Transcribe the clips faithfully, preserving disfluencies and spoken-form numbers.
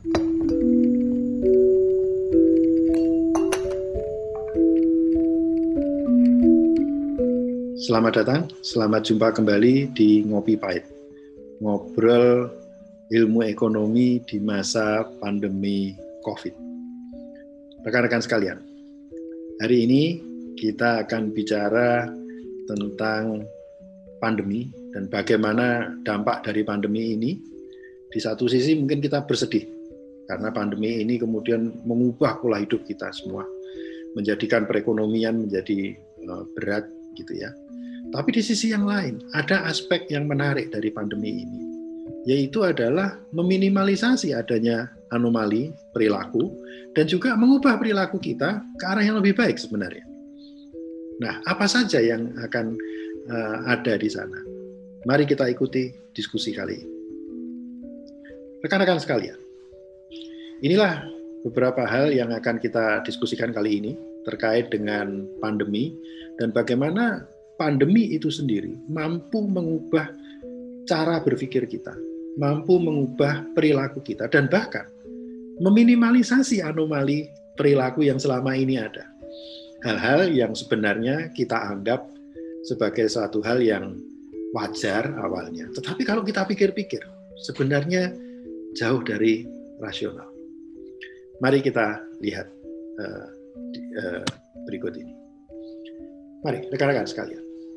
Selamat datang, selamat jumpa kembali di Ngopi Pahit. Ngobrol ilmu ekonomi di masa pandemi COVID. Rekan-rekan sekalian, hari ini kita akan bicara tentang pandemi dan bagaimana dampak dari pandemi ini. Di satu sisi mungkin kita bersedih karena pandemi ini kemudian mengubah pola hidup kita semua, menjadikan perekonomian menjadi berat gitu ya. Tapi di sisi yang lain, ada aspek yang menarik dari pandemi ini, yaitu adalah meminimalisasi adanya anomali perilaku dan juga mengubah perilaku kita ke arah yang lebih baik sebenarnya. Nah, apa saja yang akan uh, ada di sana? Mari kita ikuti diskusi kali ini. Rekan-rekan sekalian, inilah beberapa hal yang akan kita diskusikan kali ini terkait dengan pandemi dan bagaimana pandemi itu sendiri mampu mengubah cara berpikir kita, mampu mengubah perilaku kita, dan bahkan meminimalisasi anomali perilaku yang selama ini ada. Hal-hal yang sebenarnya kita anggap sebagai suatu hal yang wajar awalnya. Tetapi kalau kita pikir-pikir, sebenarnya jauh dari rasional. Mari kita lihat uh, uh, berikut ini. Mari, rekan-rekan sekalian.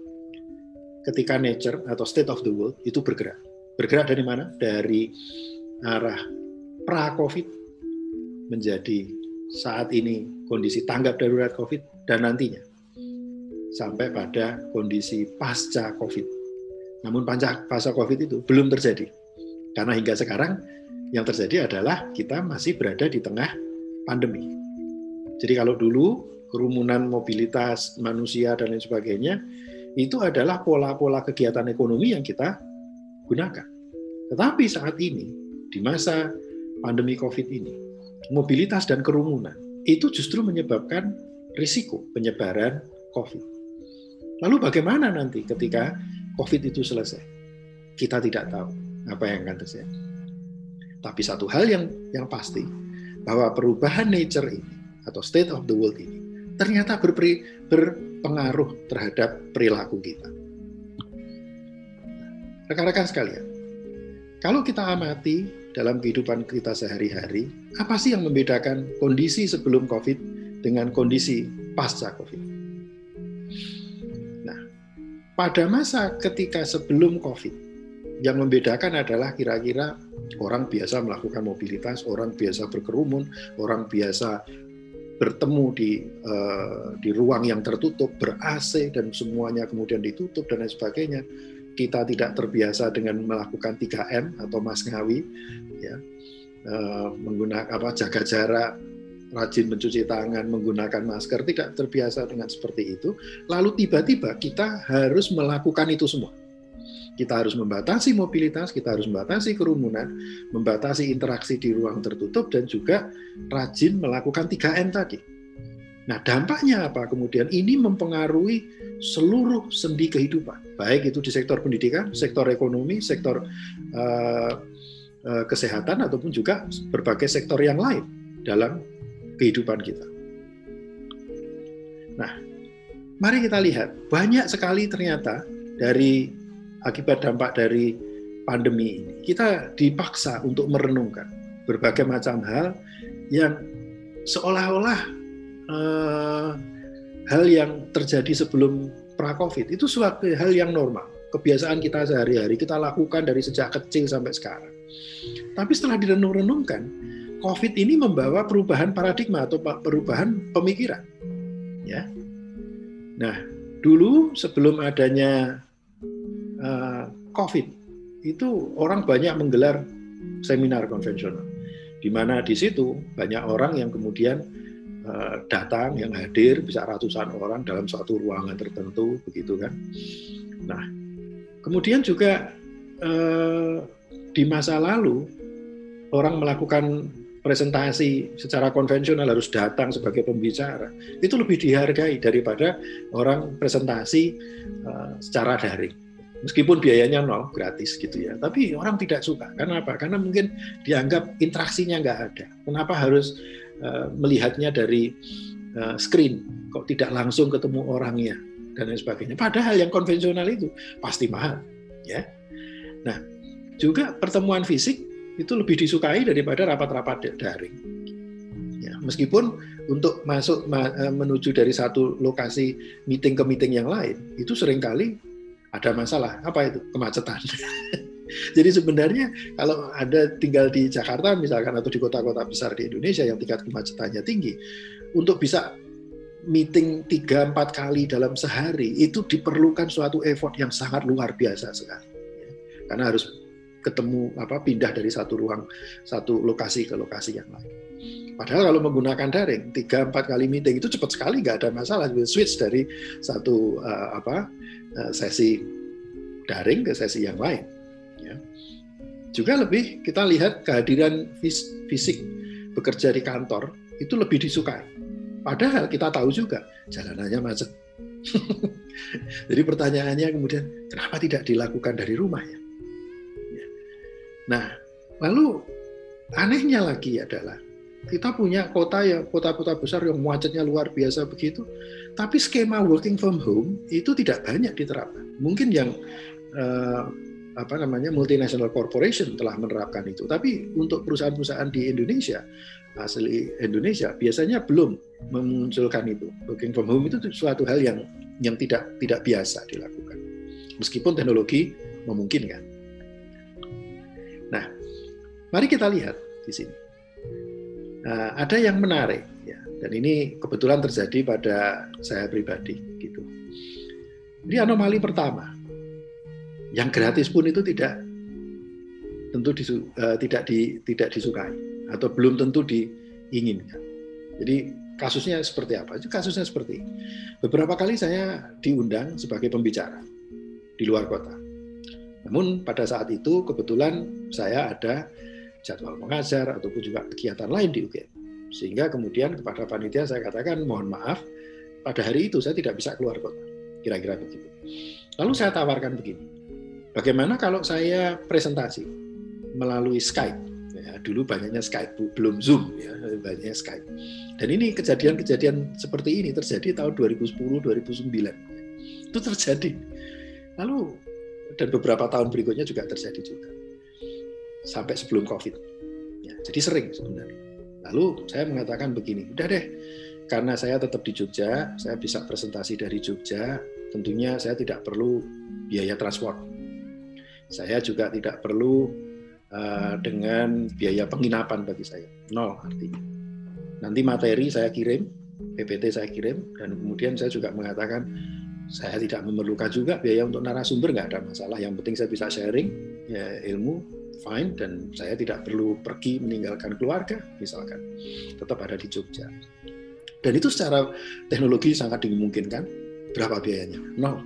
Ketika nature atau state of the world itu bergerak. Bergerak dari mana? Dari arah pra-COVID menjadi saat ini kondisi tanggap darurat COVID dan nantinya sampai pada kondisi pasca COVID. Namun pasca COVID itu belum terjadi. Karena hingga sekarang yang terjadi adalah kita masih berada di tengah pandemi. Jadi kalau dulu kerumunan mobilitas manusia dan lain sebagainya, itu adalah pola-pola kegiatan ekonomi yang kita gunakan. Tetapi saat ini, di masa pandemi COVID ini, mobilitas dan kerumunan itu justru menyebabkan risiko penyebaran COVID. Lalu bagaimana nanti ketika COVID itu selesai? Kita tidak tahu apa yang akan terjadi. Tapi satu hal yang yang pasti, bahwa perubahan nature ini, atau state of the world ini, ternyata berperi, berpengaruh terhadap perilaku kita. Rekan-rekan sekalian, kalau kita amati dalam kehidupan kita sehari-hari, apa sih yang membedakan kondisi sebelum COVID dengan kondisi pasca COVID? Nah, pada masa ketika sebelum COVID, yang membedakan adalah kira-kira orang biasa melakukan mobilitas, orang biasa berkerumun, orang biasa bertemu di uh, di ruang yang tertutup, ber-A C dan semuanya kemudian ditutup dan lain sebagainya. Kita tidak terbiasa dengan melakukan tiga M atau Mas Ngawi, ya, uh, menggunakan apa jaga jarak, rajin mencuci tangan, menggunakan masker, tidak terbiasa dengan seperti itu. Lalu tiba-tiba kita harus melakukan itu semua. Kita harus membatasi mobilitas, kita harus membatasi kerumunan, membatasi interaksi di ruang tertutup, dan juga rajin melakukan tiga M tadi. Nah, dampaknya apa? Kemudian ini mempengaruhi seluruh sendi kehidupan, baik itu di sektor pendidikan, sektor ekonomi, sektor uh, uh, kesehatan, ataupun juga berbagai sektor yang lain dalam kehidupan kita. Nah, mari kita lihat, banyak sekali ternyata dari akibat dampak dari pandemi ini, kita dipaksa untuk merenungkan berbagai macam hal yang seolah-olah eh, hal yang terjadi sebelum pra-COVID itu suatu hal yang normal, kebiasaan kita sehari-hari, kita lakukan dari sejak kecil sampai sekarang. Tapi setelah direnung-renungkan, COVID ini membawa perubahan paradigma atau perubahan pemikiran. Ya. Nah, dulu sebelum adanya Uh, COVID itu orang banyak menggelar seminar konvensional, di mana di situ banyak orang yang kemudian uh, datang, yang hadir bisa ratusan orang dalam suatu ruangan tertentu, begitu kan. Nah, kemudian juga uh, di masa lalu orang melakukan presentasi secara konvensional harus datang sebagai pembicara, itu lebih dihargai daripada orang presentasi uh, secara daring. Meskipun biayanya nol, gratis gitu ya. Tapi orang tidak suka. Karena apa? Karena mungkin dianggap interaksinya nggak ada. Kenapa harus uh, melihatnya dari uh, screen? Kok tidak langsung ketemu orangnya? Dan lain sebagainya. Padahal yang konvensional itu pasti mahal. Ya. Nah, juga pertemuan fisik itu lebih disukai daripada rapat-rapat daring. Ya, meskipun untuk masuk menuju dari satu lokasi meeting ke meeting yang lain, itu seringkali ada masalah. Apa itu? Kemacetan. Jadi sebenarnya kalau ada tinggal di Jakarta misalkan atau di kota-kota besar di Indonesia yang tingkat kemacetannya tinggi, untuk bisa meeting tiga empat kali dalam sehari itu diperlukan suatu effort yang sangat luar biasa sekali. Karena harus ketemu apa pindah dari satu ruang, satu lokasi ke lokasi yang lain. Padahal kalau menggunakan daring, tiga empat kali meeting itu cepat sekali, nggak ada masalah. Switch dari satu uh, apa uh, sesi daring ke sesi yang lain. Ya. Juga lebih kita lihat kehadiran fisik bekerja di kantor itu lebih disukai. Padahal kita tahu juga jalanannya macet. Jadi pertanyaannya kemudian, kenapa tidak dilakukan dari rumah ya? Ya. Nah, lalu anehnya lagi adalah kita punya kota ya, kota-kota besar yang macetnya luar biasa begitu, tapi skema working from home itu tidak banyak diterapkan. Mungkin yang eh, apa namanya multinational corporation telah menerapkan itu, tapi untuk perusahaan-perusahaan di Indonesia, asli Indonesia biasanya belum memunculkan itu. Working from home itu suatu hal yang yang tidak tidak biasa dilakukan, meskipun teknologi memungkinkan. Nah, mari kita lihat di sini. Nah, ada yang menarik, ya, dan ini kebetulan terjadi pada saya pribadi, gitu. Ini anomali pertama, yang gratis pun itu tidak tentu disu, uh, tidak di, tidak disukai atau belum tentu diinginkan. Jadi kasusnya seperti apa? Itu kasusnya seperti ini. Beberapa kali saya diundang sebagai pembicara di luar kota. Namun pada saat itu kebetulan saya ada jadwal mengajar ataupun juga kegiatan lain di U G M. Sehingga kemudian kepada panitia saya katakan, mohon maaf, pada hari itu saya tidak bisa keluar kota. Kira-kira begitu. Lalu saya tawarkan begini, bagaimana kalau saya presentasi melalui Skype? Ya, dulu banyaknya Skype, belum Zoom, ya, banyaknya Skype. Dan ini kejadian-kejadian seperti ini terjadi tahun dua ribu sepuluh dua ribu sembilan. Itu terjadi. Lalu, dan beberapa tahun berikutnya juga terjadi juga. Sampai sebelum COVID. Ya, jadi sering sebenarnya. Lalu saya mengatakan begini, udah deh, karena saya tetap di Jogja, saya bisa presentasi dari Jogja, tentunya saya tidak perlu biaya transport. Saya juga tidak perlu uh, dengan biaya penginapan bagi saya. Nol artinya. Nanti materi saya kirim, P P T saya kirim, dan kemudian saya juga mengatakan, saya tidak memerlukan juga biaya untuk narasumber, nggak ada masalah. Yang penting saya bisa sharing ya, ilmu, fine, dan saya tidak perlu pergi meninggalkan keluarga, misalkan, tetap ada di Jogja. Dan itu secara teknologi sangat dimungkinkan. Berapa biayanya? Nol.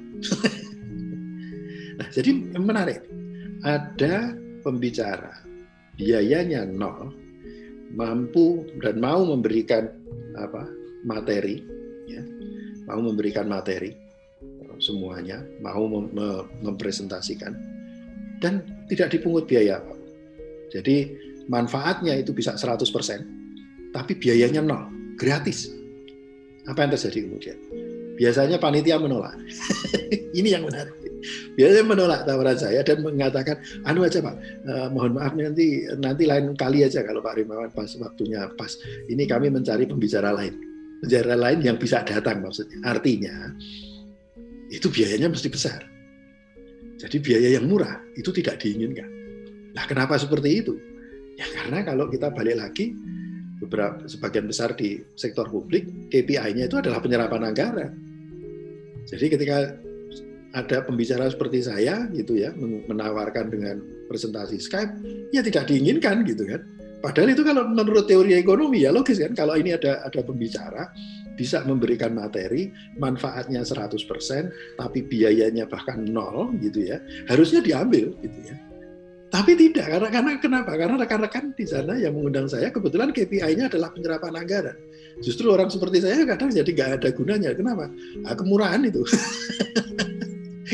Nah, jadi menarik. Ada pembicara, biayanya nol, mampu dan mau memberikan apa materi, ya, mau memberikan materi semuanya, mau mem- mem- mempresentasikan. Dan tidak dipungut biaya apa. Jadi manfaatnya itu bisa seratus persen, tapi biayanya nol, gratis. Apa yang terjadi kemudian? Biasanya panitia menolak. Ini yang menarik. Biasanya menolak tawaran saya dan mengatakan, anu aja Pak, eh, mohon maaf nanti nanti lain kali aja kalau Pak Rimawan pas waktunya pas. Ini kami mencari pembicara lain, pembicara lain yang bisa datang maksudnya. Artinya itu biayanya mesti besar. Jadi biaya yang murah itu tidak diinginkan. Nah, kenapa seperti itu? Ya karena kalau kita balik lagi, beberapa sebagian besar di sektor publik, K P I-nya itu adalah penyerapan anggaran. Jadi ketika ada pembicara seperti saya, gitu ya, menawarkan dengan presentasi Skype, ya tidak diinginkan, gitu kan? Padahal itu kalau menurut teori ekonomi ya logis kan, kalau ini ada ada pembicara bisa memberikan materi, manfaatnya seratus persen, tapi biayanya bahkan nol, gitu ya, harusnya diambil, gitu ya. Tapi tidak, karena, karena kenapa? Karena rekan-rekan di sana yang mengundang saya, kebetulan K P I-nya adalah penyerapan anggaran. Justru orang seperti saya kadang jadi nggak ada gunanya. Kenapa? Nah, kemurahan itu.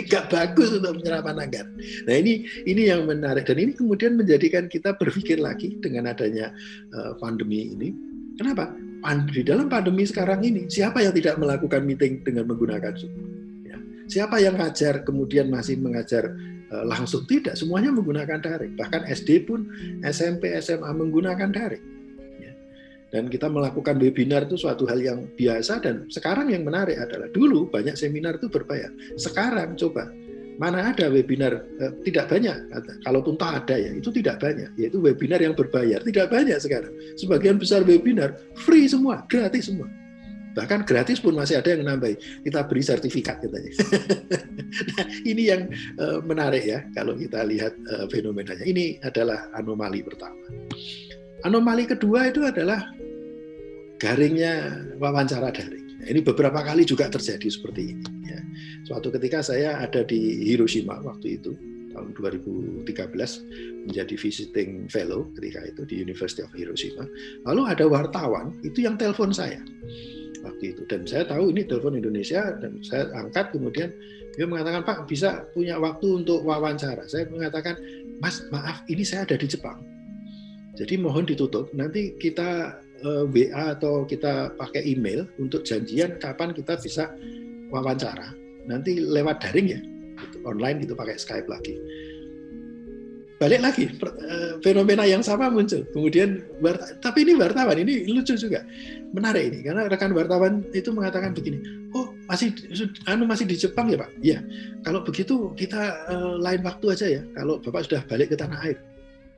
nggak bagus untuk penyerapan anggaran. Nah ini ini yang menarik dan ini kemudian menjadikan kita berpikir lagi dengan adanya uh, pandemi ini. Kenapa? Di dalam pandemi sekarang ini siapa yang tidak melakukan meeting dengan menggunakan Zoom? Ya. Siapa yang ngajar kemudian masih mengajar uh, langsung? Tidak, semuanya menggunakan daring. Bahkan S D pun, S M P, S M A menggunakan daring. Dan kita melakukan webinar itu suatu hal yang biasa dan sekarang yang menarik adalah dulu banyak seminar itu berbayar. Sekarang coba, mana ada webinar, eh, tidak banyak, kalaupun toh ada ya, itu tidak banyak, yaitu webinar yang berbayar. Tidak banyak sekarang. Sebagian besar webinar free semua, gratis semua. Bahkan gratis pun masih ada yang nambahin, kita beri sertifikat katanya. Nah, ini yang eh, menarik ya, kalau kita lihat eh, fenomenanya. Ini adalah anomali pertama. Anomali kedua itu adalah garingnya wawancara daring. Nah, ini beberapa kali juga terjadi seperti ini. Ya. Suatu ketika saya ada di Hiroshima waktu itu, tahun dua ribu tiga belas, menjadi visiting fellow ketika itu di University of Hiroshima. Lalu ada wartawan, itu yang telepon saya waktu itu. Dan saya tahu ini telepon Indonesia, dan saya angkat kemudian dia mengatakan, Pak, bisa punya waktu untuk wawancara. Saya mengatakan, Mas, maaf, ini saya ada di Jepang. Jadi mohon ditutup, nanti kita uh, W A atau kita pakai email untuk janjian kapan kita bisa wawancara. Nanti lewat daring ya, gitu, online gitu pakai Skype lagi. Balik lagi, uh, fenomena yang sama muncul. Kemudian, tapi ini wartawan, ini lucu juga. Menarik ini, karena rekan wartawan itu mengatakan begini, oh masih anu masih di Jepang ya Pak? Iya, kalau begitu kita uh, lain waktu aja ya, kalau Bapak sudah balik ke tanah air.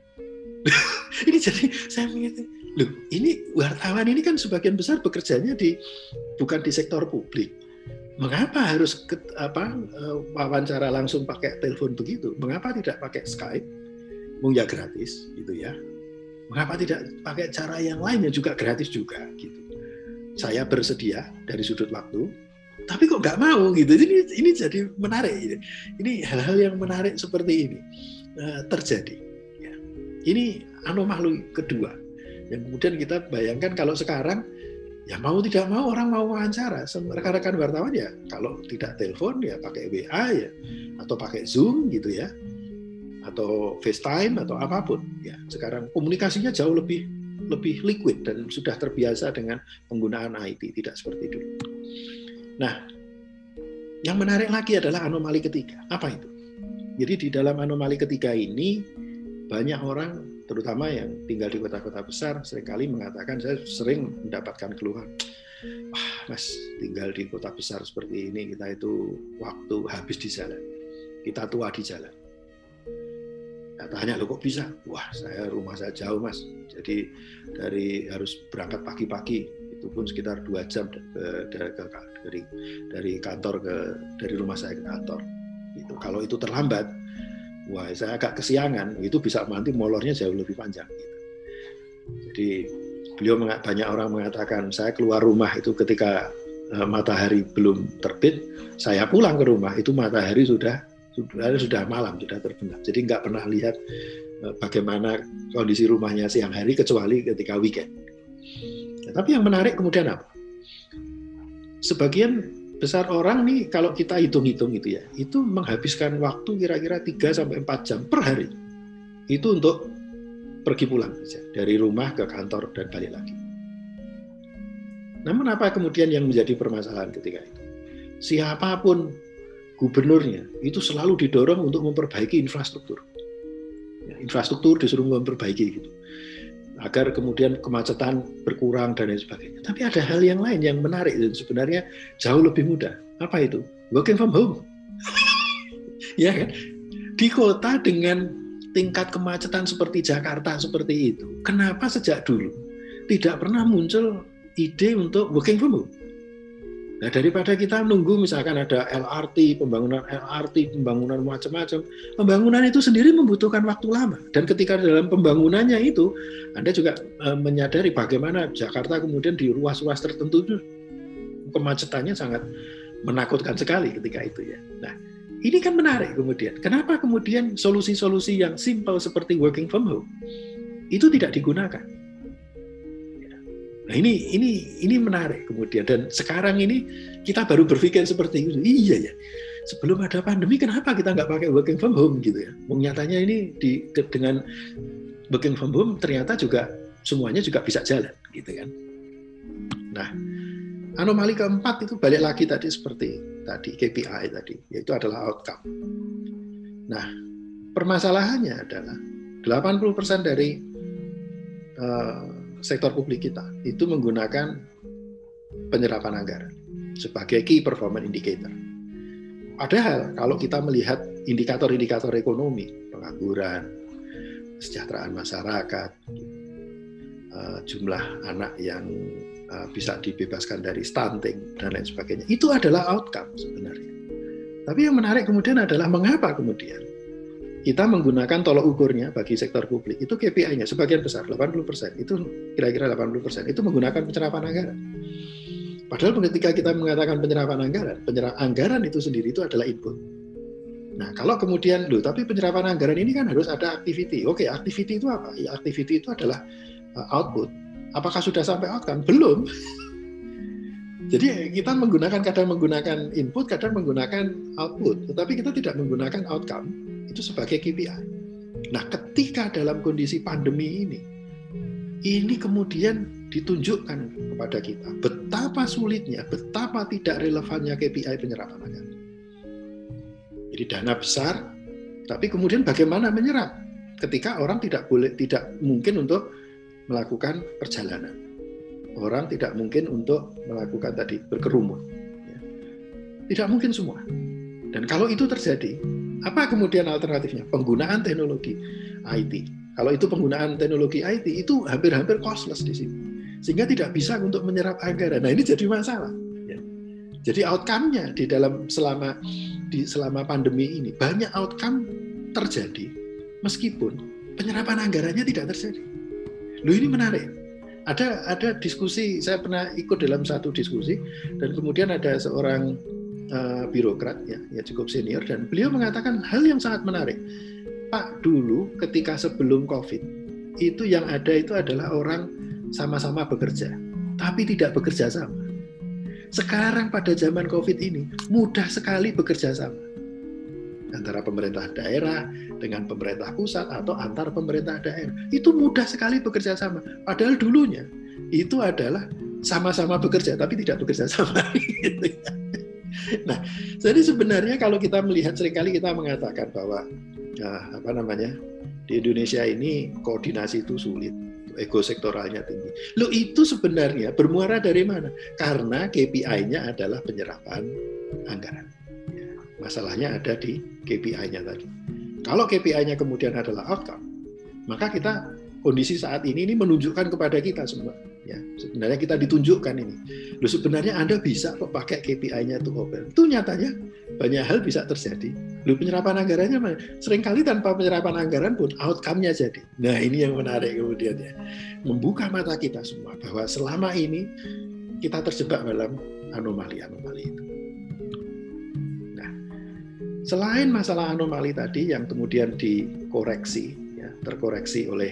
Ini jadi saya mengingat, loh ini wartawan ini kan sebagian besar bekerjanya di bukan di sektor publik. Mengapa harus ke, apa wawancara langsung pakai telepon begitu? Mengapa tidak pakai Skype? Mung ya gratis gitu ya. Mengapa tidak pakai cara yang lain yang juga gratis juga gitu? Saya bersedia dari sudut waktu, tapi kok nggak mau gitu. Ini ini jadi menarik. Ini hal-hal yang menarik seperti ini uh, terjadi. Ini anomali kedua yang kemudian kita bayangkan kalau sekarang ya mau tidak mau orang mau wawancara, rekan-rekan wartawan ya kalau tidak telepon ya pakai W A ya atau pakai Zoom gitu ya atau FaceTime atau apapun ya. Sekarang komunikasinya jauh lebih lebih liquid dan sudah terbiasa dengan penggunaan I T, tidak seperti dulu. Nah, yang menarik lagi adalah anomali ketiga. Apa itu? Jadi di dalam anomali ketiga ini banyak orang, terutama yang tinggal di kota-kota besar, seringkali mengatakan, saya sering mendapatkan keluhan, wah Mas, tinggal di kota besar seperti ini, kita itu waktu habis di jalan, kita tua di jalan. Saya tanya, loh kok bisa? Wah, saya rumah saya jauh Mas, jadi dari harus berangkat pagi-pagi, itu pun sekitar dua jam ke, dari, dari, dari kantor ke dari rumah saya ke kantor. Itu kalau itu terlambat, wah saya agak kesiangan, itu bisa nanti molornya jauh lebih panjang. Gitu. Jadi beliau banyak orang mengatakan saya keluar rumah itu ketika uh, matahari belum terbit, saya pulang ke rumah itu matahari sudah sudah sudah malam, sudah terbenam. Jadi nggak pernah lihat uh, bagaimana kondisi rumahnya siang hari kecuali ketika weekend. Ya, tapi yang menarik kemudian apa? Sebagian besar orang nih kalau kita hitung-hitung gitu ya, itu menghabiskan waktu kira-kira tiga sampai empat jam per hari. Itu untuk pergi pulang saja dari rumah ke kantor dan balik lagi. Namun apa kemudian yang menjadi permasalahan ketika itu? Siapapun gubernurnya itu selalu didorong untuk memperbaiki infrastruktur. Ya, infrastruktur disuruh memperbaiki gitu. Agar kemudian kemacetan berkurang dan lain sebagainya. Tapi ada hal yang lain yang menarik dan sebenarnya jauh lebih mudah. Apa itu? Working from home. Ya kan? Di kota dengan tingkat kemacetan seperti Jakarta seperti itu, kenapa sejak dulu tidak pernah muncul ide untuk working from home? Nah, daripada kita nunggu misalkan ada L R T, pembangunan L R T, pembangunan macam-macam, pembangunan itu sendiri membutuhkan waktu lama. Dan ketika dalam pembangunannya itu, Anda juga e, menyadari bagaimana Jakarta kemudian di ruas-ruas tertentu itu kemacetannya sangat menakutkan sekali ketika itu ya. Nah, ini kan menarik kemudian. Kenapa kemudian solusi-solusi yang simpel seperti working from home itu tidak digunakan? Nah ini ini ini menarik kemudian, dan sekarang ini kita baru berpikir seperti itu. Iya ya, sebelum ada pandemi kenapa kita nggak pakai working from home gitu ya? Nyatanya ini di, dengan working from home ternyata juga semuanya juga bisa jalan gitu kan. Nah, anomali keempat itu balik lagi tadi seperti tadi K P I tadi, yaitu adalah outcome. Nah, permasalahannya adalah delapan puluh persen dari uh, sektor publik kita itu menggunakan penyerapan anggaran sebagai key performance indicator. Padahal kalau kita melihat indikator-indikator ekonomi, pengangguran, kesejahteraan masyarakat, uh, jumlah anak yang uh, bisa dibebaskan dari stunting dan lain sebagainya, itu adalah outcome sebenarnya. Tapi yang menarik kemudian adalah mengapa kemudian kita menggunakan tolok ukurnya bagi sektor publik itu K P I-nya sebagian besar delapan puluh persen itu kira-kira delapan puluh persen itu menggunakan penyerapan anggaran. Padahal ketika kita mengatakan penyerapan anggaran, penyerapan anggaran itu sendiri itu adalah input. Nah, kalau kemudian loh, tapi penyerapan anggaran ini kan harus ada activity. Oke, activity itu apa? Ya, activity itu adalah output. Apakah sudah sampai outcome? Belum. Jadi kita menggunakan kadang menggunakan input, kadang menggunakan output, tetapi kita tidak menggunakan outcome itu sebagai K P I. Nah, ketika dalam kondisi pandemi ini, ini kemudian ditunjukkan kepada kita betapa sulitnya, betapa tidak relevannya K P I penyerapan anggaran. Jadi dana besar, tapi kemudian bagaimana menyerap ketika orang tidak boleh, tidak mungkin untuk melakukan perjalanan. Orang tidak mungkin untuk melakukan tadi berkerumun. Tidak mungkin semua. Dan kalau itu terjadi, apa kemudian alternatifnya? Penggunaan teknologi I T. Kalau itu penggunaan teknologi I T itu hampir-hampir costless di sini, sehingga tidak bisa untuk menyerap anggaran. Nah, ini jadi masalah. Ya. Jadi outcome-nya di dalam selama di selama pandemi ini banyak outcome terjadi meskipun penyerapan anggarannya tidak terjadi. Loh, ini menarik. Ada ada diskusi, saya pernah ikut dalam satu diskusi dan kemudian ada seorang uh, birokrat ya, ya cukup senior dan beliau mengatakan hal yang sangat menarik. Pak, dulu ketika sebelum COVID itu yang ada itu adalah orang sama-sama bekerja, tapi tidak bekerja sama. Sekarang pada zaman COVID ini mudah sekali bekerja sama antara pemerintah daerah dengan pemerintah pusat atau antar pemerintah daerah. Itu mudah sekali bekerja sama. Padahal dulunya itu adalah sama-sama bekerja tapi tidak bekerja sama. Nah, jadi sebenarnya kalau kita melihat seringkali kita mengatakan bahwa nah, apa namanya di Indonesia ini koordinasi itu sulit, ego sektoralnya tinggi. Loh, itu sebenarnya bermuara dari mana? Karena K P I-nya adalah penyerapan anggaran. Ya, masalahnya ada di K P I-nya tadi. Kalau K P I-nya kemudian adalah outcome, maka kita kondisi saat ini ini menunjukkan kepada kita semua. Ya, sebenarnya kita ditunjukkan ini. Loh, sebenarnya Anda bisa kok pakai K P I-nya itu open. Itu nyatanya banyak hal bisa terjadi. Loh, penyerapan anggarannya mana? Seringkali tanpa penyerapan anggaran pun outcome-nya jadi. Nah, ini yang menarik kemudian ya. Membuka mata kita semua bahwa selama ini kita terjebak dalam anomali-anomali itu. Nah, selain masalah anomali tadi yang kemudian dikoreksi, ya, terkoreksi oleh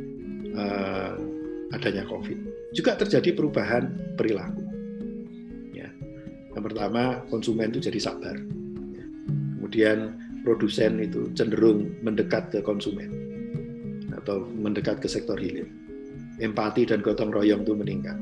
uh, adanya COVID, juga terjadi perubahan perilaku. Ya. Yang pertama, konsumen itu jadi sabar. Ya. Kemudian produsen itu cenderung mendekat ke konsumen atau mendekat ke sektor hilir. Empati dan gotong royong itu meningkat.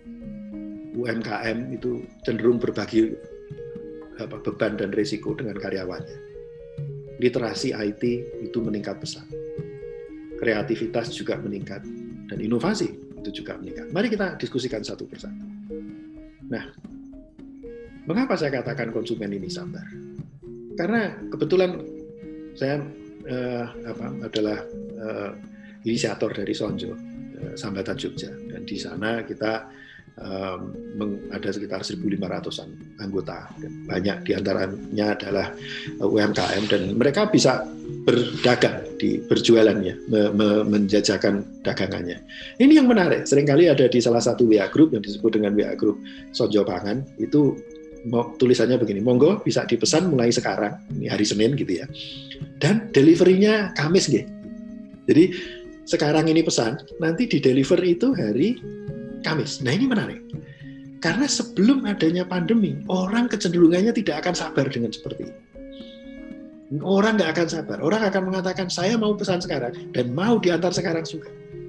U M K M itu cenderung berbagi apa, beban dan risiko dengan karyawannya. Literasi I T itu meningkat pesat. Kreativitas juga meningkat. Dan inovasi itu juga meningkat. Mari kita diskusikan satu persatu. Nah, mengapa saya katakan konsumen ini sabar? Karena kebetulan saya eh, apa, adalah eh, inisiator dari Sonjo, eh, Sambatan Jogja, dan di sana kita eh, ada sekitar seribu lima ratusan anggota, dan banyak diantaranya adalah U M K M, dan mereka bisa berdagang, di berjualannya, me, me, menjajakan dagangannya. Ini yang menarik. Seringkali ada di salah satu W A group yang disebut dengan W A group Sonjo Pangan, itu tulisannya begini, monggo bisa dipesan mulai sekarang, ini hari Senin gitu ya, dan delivery-nya Kamis gitu. Jadi sekarang ini pesan, nanti di deliver itu hari Kamis. Nah, ini menarik. Karena sebelum adanya pandemi, orang kecenderungannya tidak akan sabar dengan seperti ini. Orang nggak akan sabar. Orang akan mengatakan, saya mau pesan sekarang, dan mau diantar sekarang juga.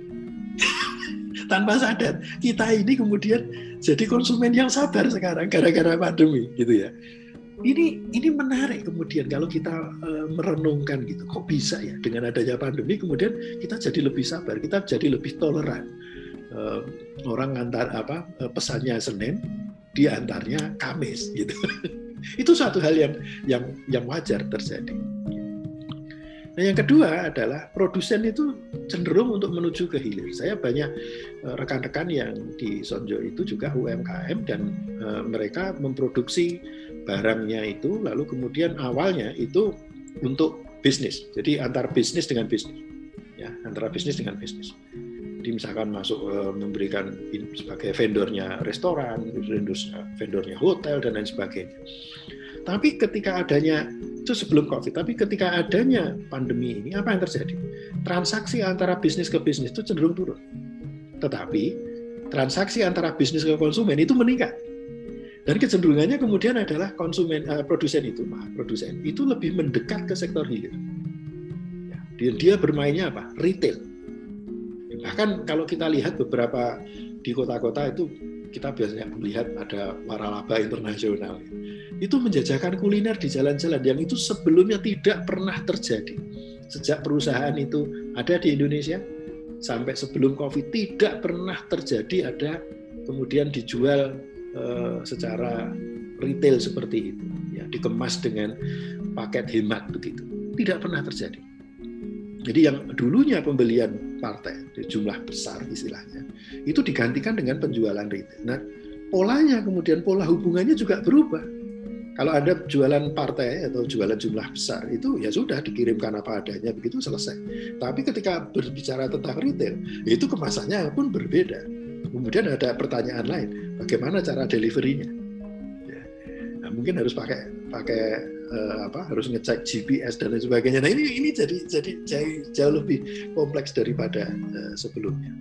Tanpa sadar, kita ini kemudian jadi konsumen yang sabar sekarang, gara-gara pandemi, gitu ya. Ini ini menarik kemudian kalau kita uh, merenungkan gitu. Kok bisa ya dengan adanya pandemi, kemudian kita jadi lebih sabar, kita jadi lebih toleran. Uh, orang antar apa pesannya Senin, diantarnya Kamis gitu. Itu suatu hal yang yang yang wajar terjadi. Nah, yang kedua adalah produsen itu cenderung untuk menuju ke hilir. Saya banyak uh, rekan-rekan yang di Sonjo itu juga U M K M dan uh, mereka memproduksi barangnya itu lalu kemudian awalnya itu untuk bisnis. Jadi antara bisnis dengan bisnis. Ya, antara bisnis dengan bisnis. Jadi misalkan masuk e, memberikan in, sebagai vendornya restoran, vendornya hotel dan lain sebagainya. Tapi ketika adanya itu sebelum Covid, tapi ketika adanya pandemi ini apa yang terjadi? Transaksi antara bisnis ke bisnis itu cenderung turun. Tetapi transaksi antara bisnis ke konsumen itu meningkat. Dan kecenderungannya kemudian adalah konsumen uh, produsen itu, maaf, produsen itu lebih mendekat ke sektor hilir. Ya, dia, dia bermainnya apa? Retail. Bahkan kalau kita lihat beberapa di kota-kota itu kita biasanya melihat ada waralaba internasional. Itu menjajakan kuliner di jalan-jalan yang itu sebelumnya tidak pernah terjadi. Sejak perusahaan itu ada di Indonesia sampai sebelum Covid tidak pernah terjadi ada kemudian dijual uh, secara retail seperti itu, ya, dikemas dengan paket hemat begitu. Tidak pernah terjadi. Jadi yang dulunya pembelian partai, jumlah besar istilahnya, itu digantikan dengan penjualan retail. Nah, polanya kemudian, pola hubungannya juga berubah. Kalau Anda jualan partai atau jualan jumlah besar, itu ya sudah dikirimkan apa adanya, begitu selesai. Tapi ketika berbicara tentang retail, itu kemasannya pun berbeda. Kemudian ada pertanyaan lain, bagaimana cara delivery-nya? Ya. Nah, mungkin harus pakai pakai Uh, apa harus ngecek G P S dan lain sebagainya. Nah ini ini jadi jadi jauh, jauh lebih kompleks daripada uh, sebelumnya.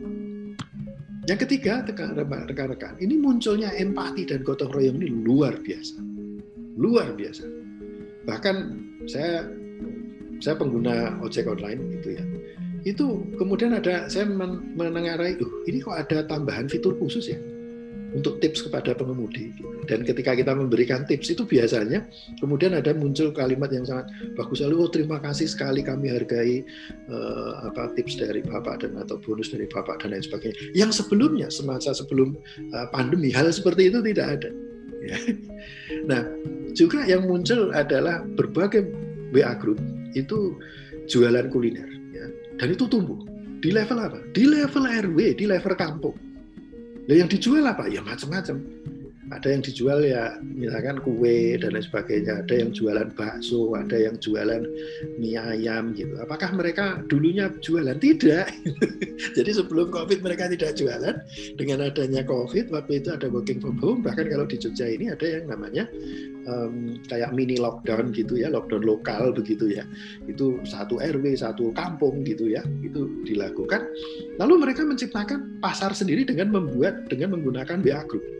Yang ketiga, rekan-rekan, ini munculnya empati dan gotong royong ini luar biasa, luar biasa. Bahkan saya saya pengguna ojek online gitu ya. Itu kemudian ada saya menengarai, uh, ini kok ada tambahan fitur khusus ya untuk tips kepada pengemudi. Dan ketika kita memberikan tips itu biasanya kemudian ada muncul kalimat yang sangat bagus lalu, oh terima kasih sekali kami hargai uh, apa tips dari Bapak dan atau bonus dari Bapak dan lain sebagainya. Yang sebelumnya semasa sebelum uh, pandemi hal seperti itu tidak ada. Ya. Nah, juga yang muncul adalah berbagai W A group itu jualan kuliner ya. Dan itu tumbuh. Di level apa? Di level R W, di level kampung. Nah, yang dijual apa? Ya macam-macam. Ada yang dijual ya misalkan kue dan lain sebagainya, ada yang jualan bakso, ada yang jualan mie ayam gitu. Apakah mereka dulunya jualan? Tidak. Jadi sebelum Covid mereka tidak jualan. Dengan adanya Covid waktu itu ada working from home. Bahkan kalau di Jogja ini ada yang namanya um, kayak mini lockdown gitu ya, lockdown lokal begitu ya. Itu satu R W, satu kampung gitu ya. Itu dilakukan. Lalu mereka menciptakan pasar sendiri dengan membuat dengan menggunakan W A group.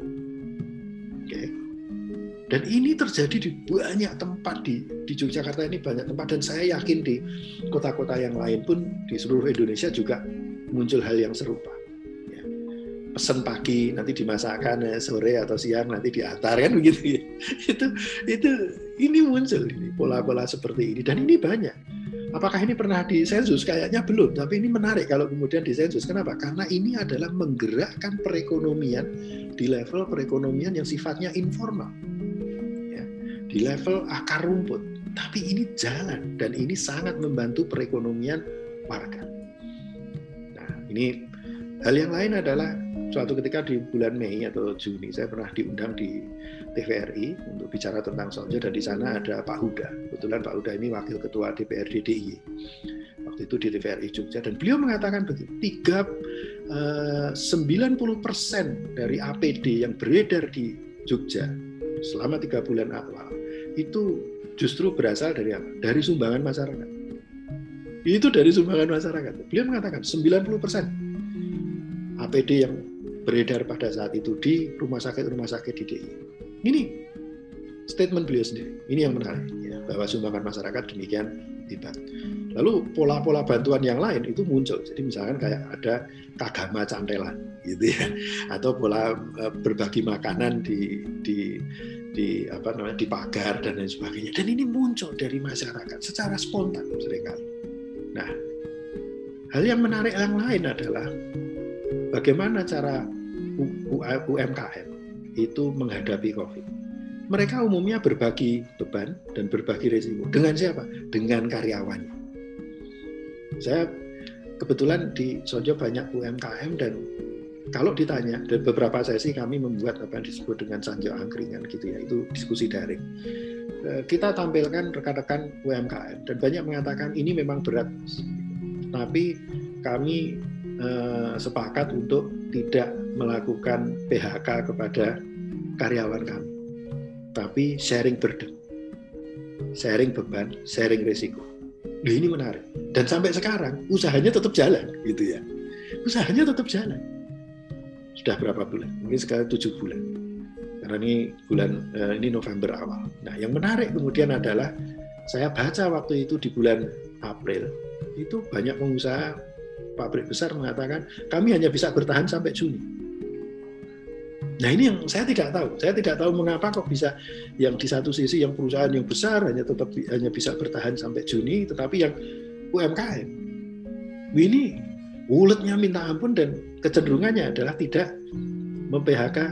Dan ini terjadi di banyak tempat di, di Yogyakarta ini banyak tempat dan saya yakin di kota-kota yang lain pun di seluruh Indonesia juga muncul hal yang serupa. Ya. Pesan pagi nanti dimasakkan sore atau siang nanti diantar kan begitu ya. Itu itu ini muncul ini pola-pola seperti ini dan ini banyak. Apakah ini pernah disensus? Kayaknya belum, tapi ini menarik kalau kemudian disensus. Kenapa? Karena ini adalah menggerakkan perekonomian di level perekonomian yang sifatnya informal. Di level akar rumput, tapi ini jalan dan ini sangat membantu perekonomian warga. Nah, ini hal yang lain adalah suatu ketika di bulan Mei atau Juni saya pernah diundang di T V R I untuk bicara tentang Sonjo dan di sana ada Pak Huda. Kebetulan Pak Huda ini wakil ketua D P R D D I Y waktu itu di T V R I Jogja dan beliau mengatakan begini, tiga, uh, sembilan puluh persen dari A P D yang beredar di Jogja selama tiga bulan awal itu justru berasal dari apa? Dari sumbangan masyarakat. Itu dari sumbangan masyarakat. Beliau mengatakan sembilan puluh persen A P D yang beredar pada saat itu di rumah sakit-rumah sakit di D I Y. Ini statement beliau sendiri. Ini yang menarik, ya, bahwa sumbangan masyarakat demikian hebat. Lalu pola-pola bantuan yang lain itu muncul. Jadi misalkan kayak ada kagama cantelan, gitu ya, atau pola berbagi makanan di di di apa namanya di pagar dan lain sebagainya. Dan ini muncul dari masyarakat secara spontan seringkali. Nah, hal yang menarik yang lain adalah bagaimana cara U M K M itu menghadapi COVID. Mereka umumnya berbagi beban dan berbagi risiko. Dengan siapa? Dengan karyawannya. Saya kebetulan di Sonjo banyak U M K M dan kalau ditanya, dan beberapa sesi kami membuat apa yang disebut dengan sanjo angkringan gitu ya, itu diskusi daring. Kita tampilkan rekan-rekan U M K M dan banyak mengatakan ini memang berat, tapi kami eh, sepakat untuk tidak melakukan P H K kepada karyawan kami, tapi sharing burden, sharing beban, sharing risiko. Nah, ini menarik. Dan sampai sekarang usahanya tetap jalan, gitu ya. Usahanya tetap jalan. Sudah berapa bulan? Mungkin sekarang tujuh bulan. Karena ini bulan eh, ini November awal. Nah, yang menarik kemudian adalah saya baca waktu itu di bulan April itu banyak pengusaha pabrik besar mengatakan kami hanya bisa bertahan sampai Juni. Nah, ini yang saya tidak tahu. Saya tidak tahu mengapa kok bisa yang di satu sisi yang perusahaan yang besar hanya tetap hanya bisa bertahan sampai Juni, tetapi yang U M K M ini uletnya minta ampun dan kecenderungannya adalah tidak mem-P H K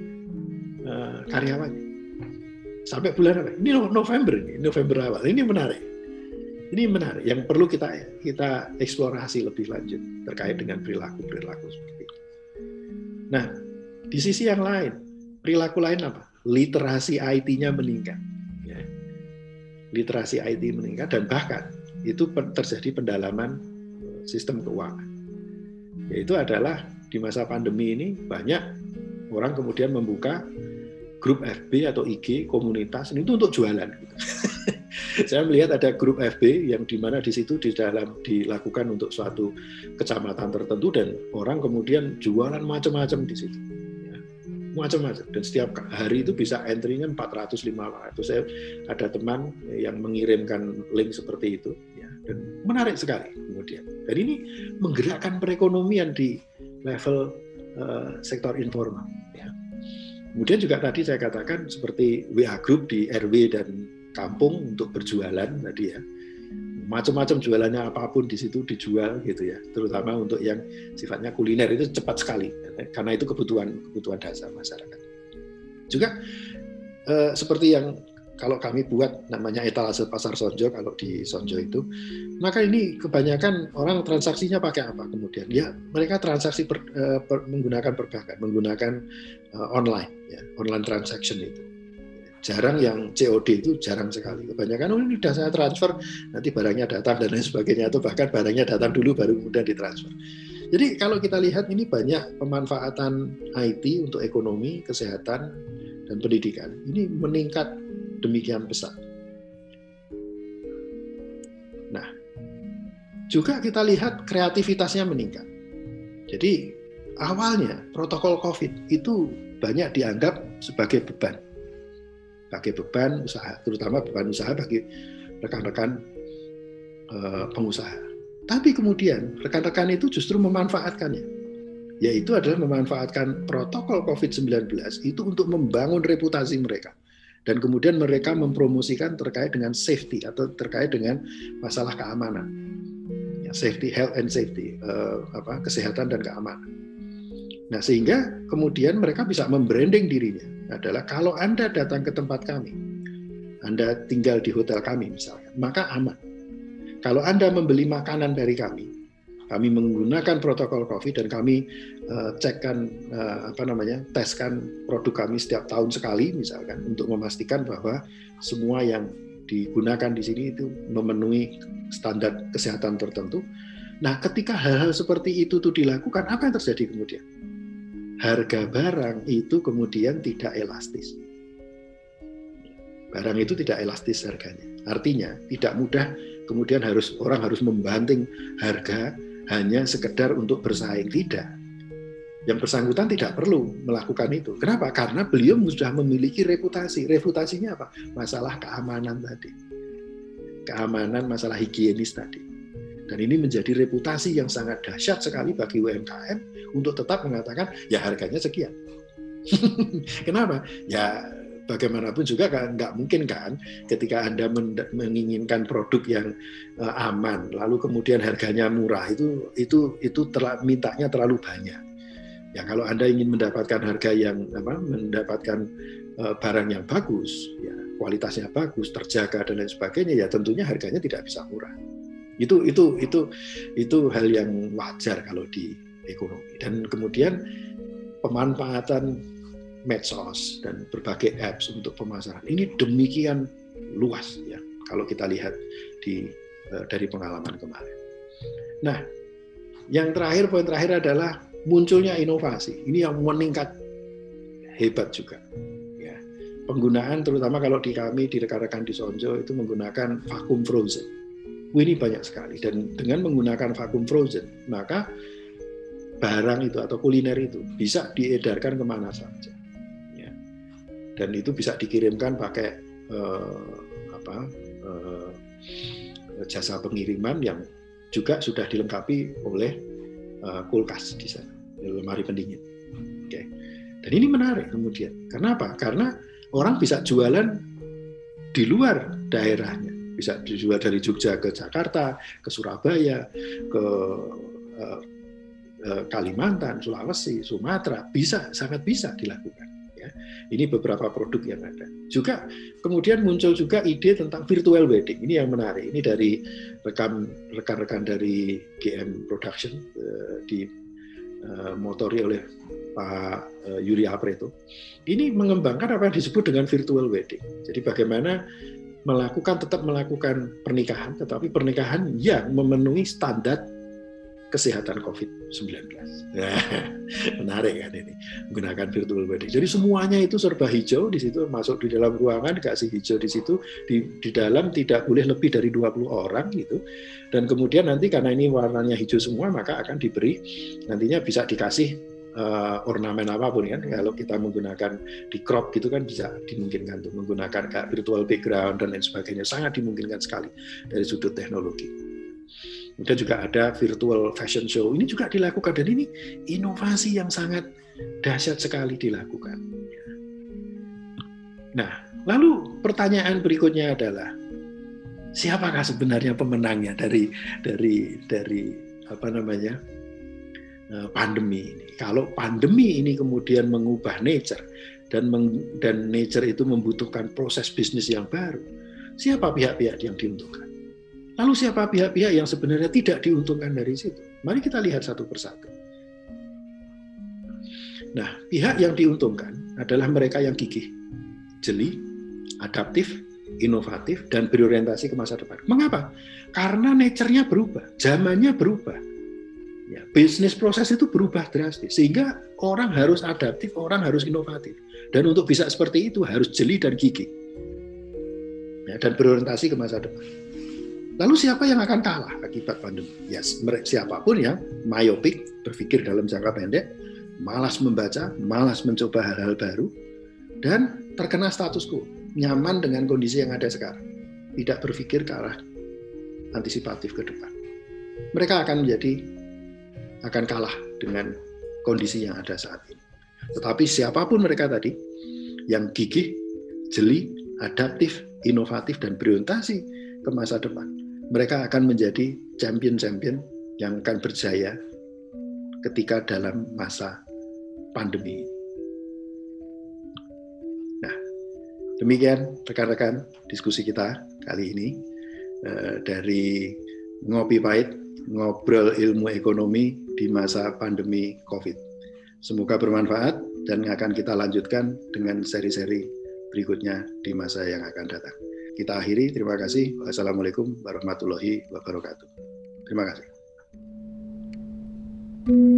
uh, karyawannya. Sampai bulan apa? Ini November ini, November awal. Ini menarik. Ini menarik yang perlu kita kita eksplorasi lebih lanjut terkait dengan perilaku-perilaku seperti itu. Nah, di sisi yang lain, perilaku lain apa? Literasi I T-nya meningkat. Ya. Literasi I T meningkat dan bahkan itu terjadi pendalaman sistem keuangan. Yaitu adalah di masa pandemi ini banyak orang kemudian membuka grup F B atau I G komunitas ini itu untuk jualan. Gitu. Saya melihat ada grup F B yang di mana di situ di dalam dilakukan untuk suatu kecamatan tertentu dan orang kemudian jualan macam-macam di situ. Macam-macam dan setiap hari itu bisa entry-nya empat ratus lima ratus. Saya ada teman yang mengirimkan link seperti itu ya, dan menarik sekali kemudian. Dan ini menggerakkan perekonomian di level uh, sektor informal ya. Kemudian juga tadi saya katakan seperti W A group di R W dan kampung untuk berjualan tadi ya. Macam-macam jualannya apapun di situ dijual gitu ya, terutama untuk yang sifatnya kuliner itu cepat sekali karena itu kebutuhan kebutuhan dasar masyarakat. Juga eh, seperti yang kalau kami buat namanya etalase pasar Sonjo kalau di Sonjo itu, maka ini kebanyakan orang transaksinya pakai apa kemudian? Ya mereka transaksi per, eh, per, menggunakan perbankan, menggunakan eh, online ya, online transaction itu. Jarang yang C O D itu jarang sekali. Kebanyakan oh ini sudah saya transfer, nanti barangnya datang dan lain sebagainya, atau bahkan barangnya datang dulu baru kemudian ditransfer. Jadi kalau kita lihat ini banyak pemanfaatan I T untuk ekonomi, kesehatan, dan pendidikan. Ini meningkat demikian besar. Nah, juga kita lihat kreativitasnya meningkat. Jadi awalnya protokol COVID itu banyak dianggap sebagai beban. Sebagai beban usaha, terutama beban usaha bagi rekan-rekan uh, pengusaha. Tapi kemudian rekan-rekan itu justru memanfaatkannya, yaitu adalah memanfaatkan protokol COVID sembilan belas itu untuk membangun reputasi mereka. Dan kemudian mereka mempromosikan terkait dengan safety atau terkait dengan masalah keamanan. Ya, safety, health and safety, uh, apa, kesehatan dan keamanan. Nah, sehingga kemudian mereka bisa membranding dirinya adalah kalau Anda datang ke tempat kami, Anda tinggal di hotel kami misalnya, maka aman. Kalau Anda membeli makanan dari kami, kami menggunakan protokol COVID dan kami uh, cekkan uh, apa namanya, teskan produk kami setiap tahun sekali misalkan untuk memastikan bahwa semua yang digunakan di sini itu memenuhi standar kesehatan tertentu. Nah, ketika hal-hal seperti itu tuh dilakukan, apa yang terjadi kemudian? Harga barang itu kemudian tidak elastis. Barang itu tidak elastis harganya. Artinya tidak mudah kemudian harus orang harus membanting harga hanya sekedar untuk bersaing, tidak. Yang bersangkutan tidak perlu melakukan itu. Kenapa? Karena beliau sudah memiliki reputasi. Reputasinya apa? Masalah keamanan tadi. Keamanan, masalah higienis tadi. Dan ini menjadi reputasi yang sangat dahsyat sekali bagi U M K M untuk tetap mengatakan, ya harganya sekian. Kenapa? Ya bagaimanapun juga kan nggak mungkin kan ketika Anda menginginkan produk yang uh, aman, lalu kemudian harganya murah, itu itu itu terla, mintanya terlalu banyak. Ya kalau Anda ingin mendapatkan harga yang apa, mendapatkan uh, barang yang bagus, ya kualitasnya bagus, terjaga dan lain sebagainya, ya tentunya harganya tidak bisa murah. Itu itu itu itu hal yang wajar kalau di ekonomi. Dan kemudian pemanfaatan medsos dan berbagai apps untuk pemasaran ini demikian luas ya kalau kita lihat di uh, dari pengalaman kemarin. Nah, yang terakhir, poin terakhir adalah munculnya inovasi. Ini yang meningkat hebat juga. Ya. Penggunaan terutama kalau di kami, di rekan-rekan di Sonjo itu menggunakan vacuum frozen. Ini banyak sekali. Dan dengan menggunakan vacuum frozen, maka barang itu atau kuliner itu bisa diedarkan kemana saja. Ya. Dan itu bisa dikirimkan pakai eh, apa, eh, jasa pengiriman yang juga sudah dilengkapi oleh uh, kulkas di sana, lemari pendingin. Oke. Okay. Dan ini menarik kemudian. Kenapa? Karena orang bisa jualan di luar daerahnya, bisa dijual dari Jogja ke Jakarta, ke Surabaya, ke uh, uh, Kalimantan, Sulawesi, Sumatera, bisa, sangat bisa dilakukan. Ya. Ini beberapa produk yang ada. Juga kemudian muncul juga ide tentang virtual wedding. Ini yang menarik. Ini dari rekan rekan-rekan dari G M Production uh, di uh, motori oleh Pak uh, Yuri Apreto. Ini mengembangkan apa yang disebut dengan virtual wedding. Jadi bagaimana melakukan tetap melakukan pernikahan, tetapi pernikahan yang memenuhi standar kesehatan covid sembilan belas. Nah, menarik kan ini, menggunakan virtual wedding. Jadi semuanya itu serba hijau di situ, masuk di dalam ruangan dikasih hijau di situ, di, di dalam tidak boleh lebih dari dua puluh orang gitu. Dan kemudian nanti karena ini warnanya hijau semua, maka akan diberi, nantinya bisa dikasih uh, ornamen apapun kan. Kalau kita menggunakan di crop gitu kan bisa dimungkinkan tuh menggunakan kayak virtual background dan lain sebagainya, sangat dimungkinkan sekali dari sudut teknologi. Kemudian juga ada virtual fashion show, ini juga dilakukan, dan ini inovasi yang sangat dahsyat sekali dilakukan. Nah, lalu pertanyaan berikutnya adalah siapakah sebenarnya pemenangnya dari dari dari apa namanya pandemi ini? Kalau pandemi ini kemudian mengubah nature dan meng, dan nature itu membutuhkan proses bisnis yang baru, siapa pihak-pihak yang diuntungkan? Lalu siapa pihak-pihak yang sebenarnya tidak diuntungkan dari situ? Mari kita lihat satu persatu. Nah, pihak yang diuntungkan adalah mereka yang gigih, jeli, adaptif, inovatif, dan berorientasi ke masa depan. Mengapa? Karena nature-nya berubah, zamannya berubah. Ya, bisnis proses itu berubah drastis, sehingga orang harus adaptif, orang harus inovatif. Dan untuk bisa seperti itu harus jeli dan gigih. Ya, dan berorientasi ke masa depan. Lalu siapa yang akan kalah akibat pandemi? Ya, siapapun yang myopik, berpikir dalam jangka pendek, malas membaca, malas mencoba hal-hal baru, dan terkena status quo, nyaman dengan kondisi yang ada sekarang, tidak berpikir ke arah antisipatif ke depan. Mereka akan menjadi, akan kalah dengan kondisi yang ada saat ini. Tetapi siapapun mereka tadi, yang gigih, jeli, adaptif, inovatif, dan berorientasi ke masa depan, mereka akan menjadi champion-champion yang akan berjaya ketika dalam masa pandemi. Nah, demikian rekan-rekan diskusi kita kali ini eh, dari Ngopi Pahit, ngobrol ilmu ekonomi di masa pandemi COVID. Semoga bermanfaat dan akan kita lanjutkan dengan seri-seri berikutnya di masa yang akan datang. Kita akhiri, terima kasih. Wassalamualaikum warahmatullahi wabarakatuh. Terima kasih.